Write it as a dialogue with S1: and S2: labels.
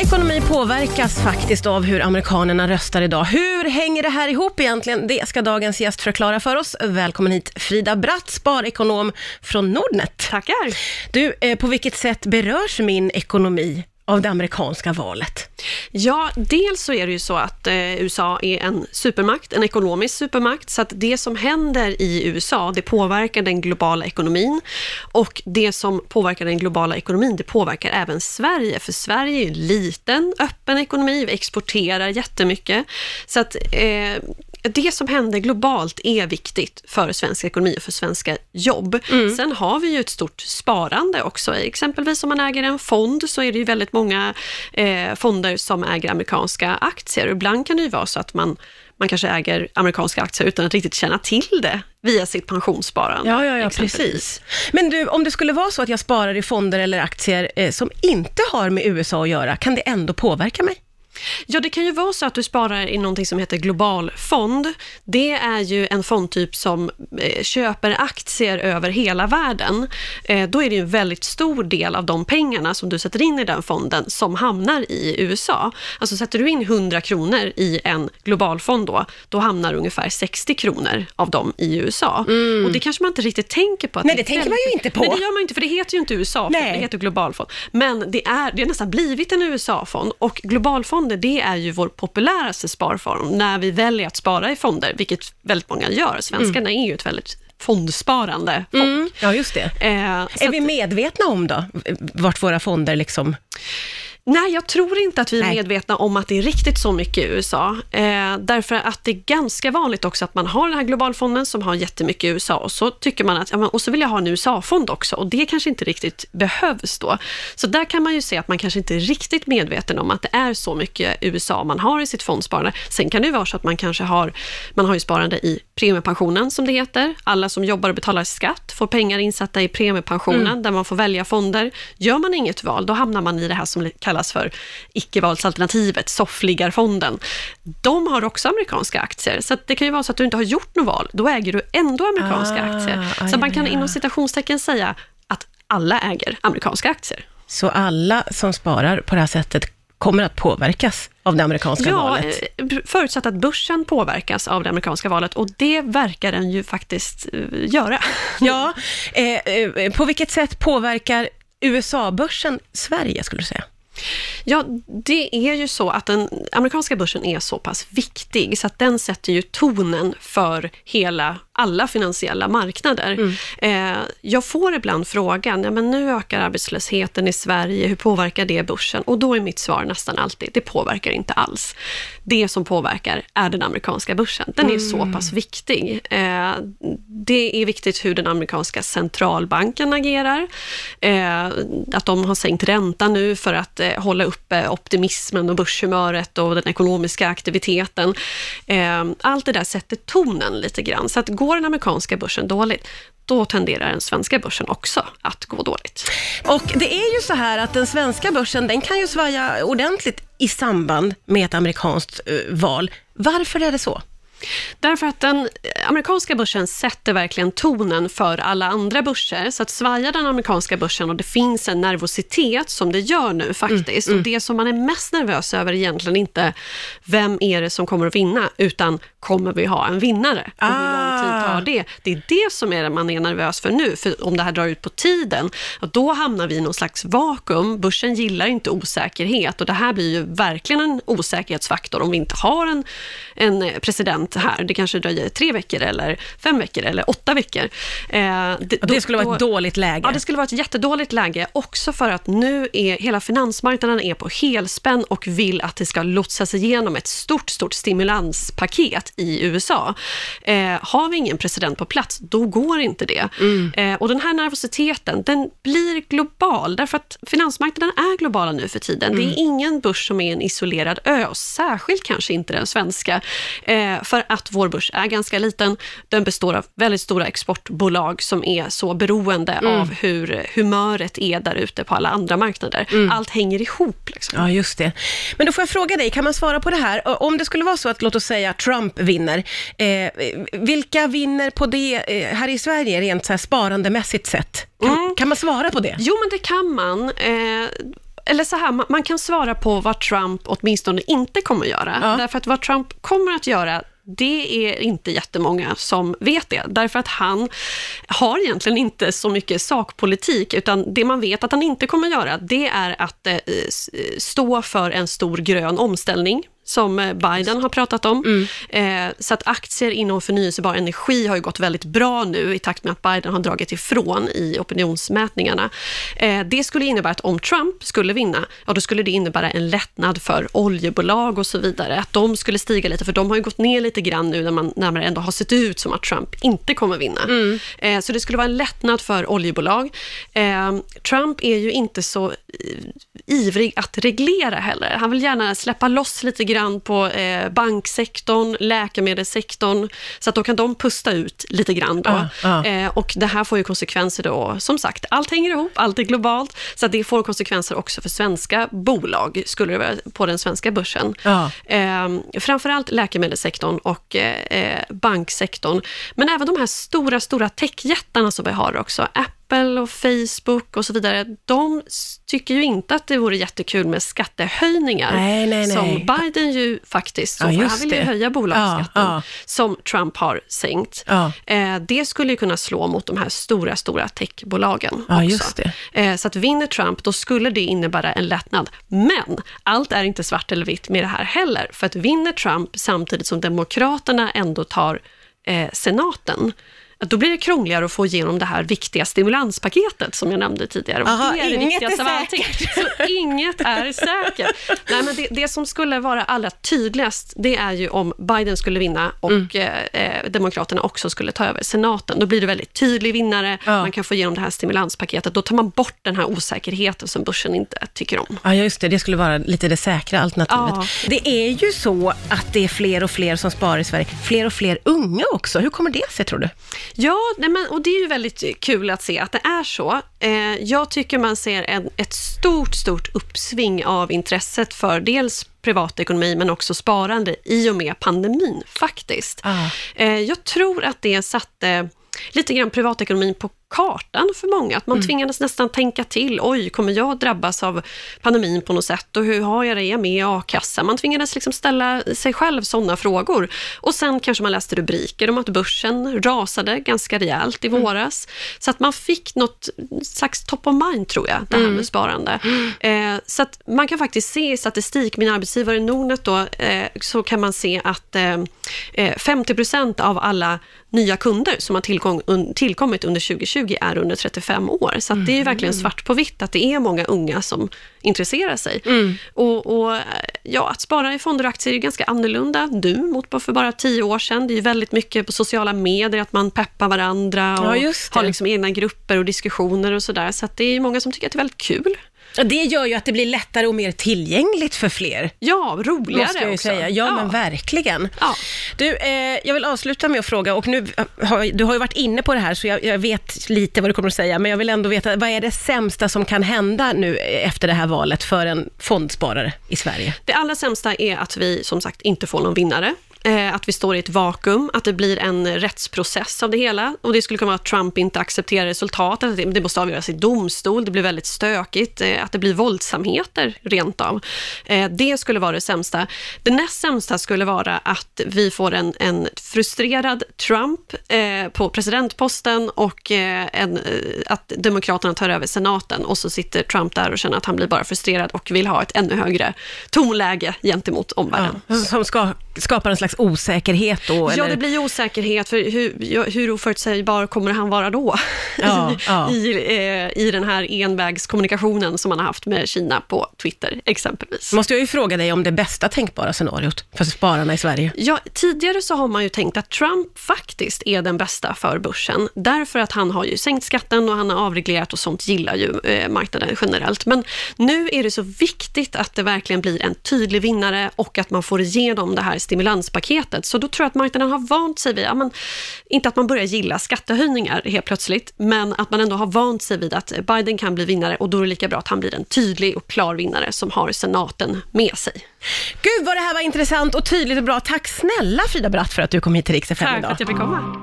S1: ekonomi påverkas faktiskt av hur amerikanerna röstar idag. Hur hänger det här ihop egentligen? Det ska dagens gäst förklara för oss. Välkommen hit Frida Bratt, sparekonom från Nordnet.
S2: Tackar.
S1: Du, på vilket sätt berörs min ekonomi av det amerikanska valet?
S2: Ja, dels så är det ju så att USA är en supermakt, en ekonomisk supermakt, så att det som händer i USA, det påverkar den globala ekonomin, och det som påverkar den globala ekonomin, det påverkar även Sverige, för Sverige är en liten, öppen ekonomi, vi exporterar jättemycket, så att det som händer globalt är viktigt för svensk ekonomi och för svenska jobb. Sen har vi ju ett stort sparande också. Exempelvis om man äger en fond så är det ju väldigt många fonder som äger amerikanska aktier. Ibland kan det ju vara så att man kanske äger amerikanska aktier utan att riktigt känna till det via sitt pensionssparande.
S1: Ja, precis. Men du, om det skulle vara så att jag sparar i fonder eller aktier som inte har med USA att göra, kan det ändå påverka mig?
S2: Ja, det kan ju vara så att du sparar i någonting som heter global fond. Det är ju en fondtyp som köper aktier över hela världen. Då är det ju en väldigt stor del av de pengarna som du sätter in i den fonden som hamnar i USA. Alltså sätter du in 100 kronor i en global fond då hamnar ungefär 60 kronor av dem i USA. Och det kanske man inte riktigt tänker på. Att
S1: Nej, det tänker man ju inte på.
S2: Nej, det gör man inte, för det heter ju inte USA-fond, det heter global fond. Men det har nästan blivit en USA-fond, och globalfonder, det är ju vår populäraste sparform när vi väljer att spara i fonder, vilket väldigt många gör. Svenskarna är ju ett väldigt fondsparande folk.
S1: Ja, just det. Är vi medvetna om då vart våra fonder liksom...
S2: Nej, jag tror inte att vi är medvetna om att det är riktigt så mycket i USA. Därför att det är ganska vanligt också att man har den här globalfonden som har jättemycket i USA, och så tycker man att och så vill jag ha en USA-fond också, och det kanske inte riktigt behövs då. Så där kan man ju se att man kanske inte är riktigt medveten om att det är så mycket USA man har i sitt fondsparande. Sen kan det ju vara så att man kanske har ju sparande i premiepensionen som det heter. Alla som jobbar och betalar skatt får pengar insatta i premiepensionen där man får välja fonder. Gör man inget val, då hamnar man i det här som kallas för icke-valsalternativet, soffliggarfonden. De har också amerikanska aktier, så att det kan ju vara så att du inte har gjort något val, då äger du ändå amerikanska aktier. Så man kan inom citationstecken säga att alla äger amerikanska aktier.
S1: Så alla som sparar på det här sättet kommer att påverkas av det amerikanska valet?
S2: Ja, förutsatt att börsen påverkas av det amerikanska valet, och det verkar den ju faktiskt göra.
S1: Ja, på vilket sätt påverkar USA-börsen Sverige, skulle du säga?
S2: Ja, det är ju så att den amerikanska börsen är så pass viktig så att den sätter ju tonen för alla finansiella marknader. Jag får ibland frågan, men nu ökar arbetslösheten i Sverige, hur påverkar det börsen? Och då är mitt svar nästan alltid, det påverkar inte alls. Det som påverkar är den amerikanska börsen. Den är så pass viktig. Det är viktigt hur den amerikanska centralbanken agerar. Att de har sänkt ränta nu för att hålla uppe optimismen och börshumöret och den ekonomiska aktiviteten. Allt det där sätter tonen lite grann. Så att går den amerikanska börsen dåligt, då tenderar den svenska börsen också att gå dåligt.
S1: Och det är ju så här att den svenska börsen, den kan ju svaja ordentligt i samband med ett amerikanskt val. Varför är det så?
S2: Därför att den amerikanska börsen sätter verkligen tonen för alla andra börser, så att svajar den amerikanska börsen och det finns en nervositet som det gör nu faktiskt, och det som man är mest nervös över är egentligen inte vem är det som kommer att vinna, utan kommer vi ha en vinnare och hur lång tid tar det? Det är det som är det man är nervös för nu, för om det här drar ut på tiden, då hamnar vi i någon slags vakuum. Börsen gillar inte osäkerhet, och det här blir ju verkligen en osäkerhetsfaktor om vi inte har en president här. Det kanske dröjer 3 veckor eller 5 veckor eller 8 veckor.
S1: Det skulle vara ett dåligt läge.
S2: Ja, det skulle vara ett jättedåligt läge, också för att nu är hela finansmarknaden är på helspänn och vill att det ska lotsas igenom ett stort stimulanspaket i USA. Har vi ingen president på plats, då går inte det. Och den här nervositeten, den blir global, därför att finansmarknaden är globala nu för tiden. Det är ingen börs som är en isolerad ö, och särskilt kanske inte den svenska. För att vår börs är ganska liten. Den består av väldigt stora exportbolag som är så beroende av hur humöret är där ute på alla andra marknader. Allt hänger ihop. Liksom.
S1: Ja, just det. Men då får jag fråga dig, kan man svara på det här? Om det skulle vara så att, låt oss säga, Trump vinner, vilka vinner på det här i Sverige rent så här sparandemässigt sett? Kan man svara på det?
S2: Jo, men det kan man. eller så här, man kan svara på vad Trump åtminstone inte kommer att göra. Därför att vad Trump kommer att göra, det är inte jättemånga som vet det. Därför att han har egentligen inte så mycket sakpolitik, utan det man vet att han inte kommer att göra, det är att stå för en stor grön omställning som Biden har pratat om. Så att aktier inom förnyelsebar energi har ju gått väldigt bra nu i takt med att Biden har dragit ifrån i opinionsmätningarna. Det skulle innebära att om Trump skulle vinna, ja, då skulle det innebära en lättnad för oljebolag och så vidare. Att de skulle stiga lite, för de har ju gått ner lite grann nu när man ändå har sett ut som att Trump inte kommer vinna. Så det skulle vara en lättnad för oljebolag. Trump är ju inte så ivrig att reglera heller. Han vill gärna släppa loss lite grann på banksektorn, läkemedelssektorn, så att då kan de pusta ut lite grann då. Och det här får ju konsekvenser då, som sagt, allt hänger ihop, allt är globalt, så att det får konsekvenser också för svenska bolag, skulle det vara på den svenska börsen. Framförallt läkemedelssektorn och banksektorn, men även de här stora techjättarna som vi har också, Apple och Facebook och så vidare, de tycker ju inte att det vore jättekul med skattehöjningar.
S1: Nej.
S2: Som Biden ju faktiskt, så han vill ju höja bolagsskatten som Trump har sänkt. Det skulle ju kunna slå mot de här stora techbolagen också.
S1: Just det.
S2: Så att vinner Trump, då skulle det innebära en lättnad. Men allt är inte svart eller vitt med det här heller. För att vinner Trump samtidigt som Demokraterna ändå tar senaten, då blir det krångligare att få igenom det här viktiga stimulanspaketet som jag nämnde tidigare. Och det är det viktigaste av allting. Så inget är säkert. Nej, men det som skulle vara allra tydligast, det är ju om Biden skulle vinna och Demokraterna också skulle ta över senaten. Då blir det väldigt tydlig vinnare. Man kan få igenom det här stimulanspaketet. Då tar man bort den här osäkerheten som börsen inte tycker om.
S1: Ja, just det. Det skulle vara lite det säkra alternativet. Det är ju så att det är fler och fler som sparar i Sverige. Fler och fler unga också. Hur kommer det sig, tror du?
S2: Ja, och det är ju väldigt kul att se att det är så. Jag tycker man ser ett stort uppsving av intresset för dels privatekonomi men också sparande i och med pandemin faktiskt. Jag tror att det satte lite grann privatekonomin på kartan för många, att man tvingades nästan tänka till, oj, kommer jag drabbas av pandemin på något sätt och hur har jag det med a-kassa? Man tvingades liksom ställa sig själv sådana frågor, och sen kanske man läste rubriker om att börsen rasade ganska rejält i våras, så att man fick något slags top of mind, tror jag, det här med sparande. Så att man kan faktiskt se i statistik, min arbetsgivare Nordnet då, så kan man se att 50% av alla nya kunder som har tillkommit under 2020 är under 35 år. Så att det är ju verkligen svart på vitt att det är många unga som intresserar sig. Och att spara i fonder och aktier är ganska annorlunda nu mot för bara 10 år sedan. Det är ju väldigt mycket på sociala medier att man peppar varandra och har liksom egna grupper och diskussioner och sådär. Så att det är många som tycker att det är väldigt kul.
S1: Det gör ju att det blir lättare och mer tillgängligt för fler.
S2: Ja, roligare
S1: måste jag ju
S2: också.
S1: säga. Ja, men verkligen.
S2: Ja.
S1: Du, jag vill avsluta med att fråga, och nu du har ju varit inne på det här så jag vet lite vad du kommer att säga, men jag vill ändå veta, vad är det sämsta som kan hända nu efter det här valet för en fondsparare i Sverige? Det
S2: allra sämsta är att vi som sagt inte får någon vinnare. Att vi står i ett vakuum, att det blir en rättsprocess av det hela, och det skulle kunna vara att Trump inte accepterar resultatet, att det måste avgöras i domstol, det blir väldigt stökigt, att det blir våldsamheter rent av. Det skulle vara det sämsta. Det näst sämsta skulle vara att vi får en frustrerad Trump på presidentposten och att Demokraterna tar över senaten, och så sitter Trump där och känner att han blir bara frustrerad och vill ha ett ännu högre tonläge gentemot omvärlden.
S1: Som skapar en slags osäkerhet då?
S2: Ja, det blir osäkerhet, för hur oförutsägbar kommer han vara då? I den här envägskommunikationen som man har haft med Kina på Twitter exempelvis.
S1: Måste jag ju fråga dig om det bästa tänkbara scenariot för spararna i Sverige.
S2: Ja, tidigare så har man ju tänkt att Trump faktiskt är den bästa för börsen, därför att han har ju sänkt skatten och han har avreglerat, och sånt gillar ju marknaden generellt. Men nu är det så viktigt att det verkligen blir en tydlig vinnare och att man får igenom det här stimulanspaketet. Så då tror jag att marknaden har vant sig vid, inte att man börjar gilla skattehöjningar helt plötsligt, men att man ändå har vant sig vid att Biden kan bli vinnare, och då är det lika bra att han blir en tydlig och klar vinnare som har senaten med sig.
S1: Gud vad det här var intressant och tydligt och bra. Tack snälla Frida Bratt för att du kom hit till Rix FM idag.
S2: Tack för att jag fick komma.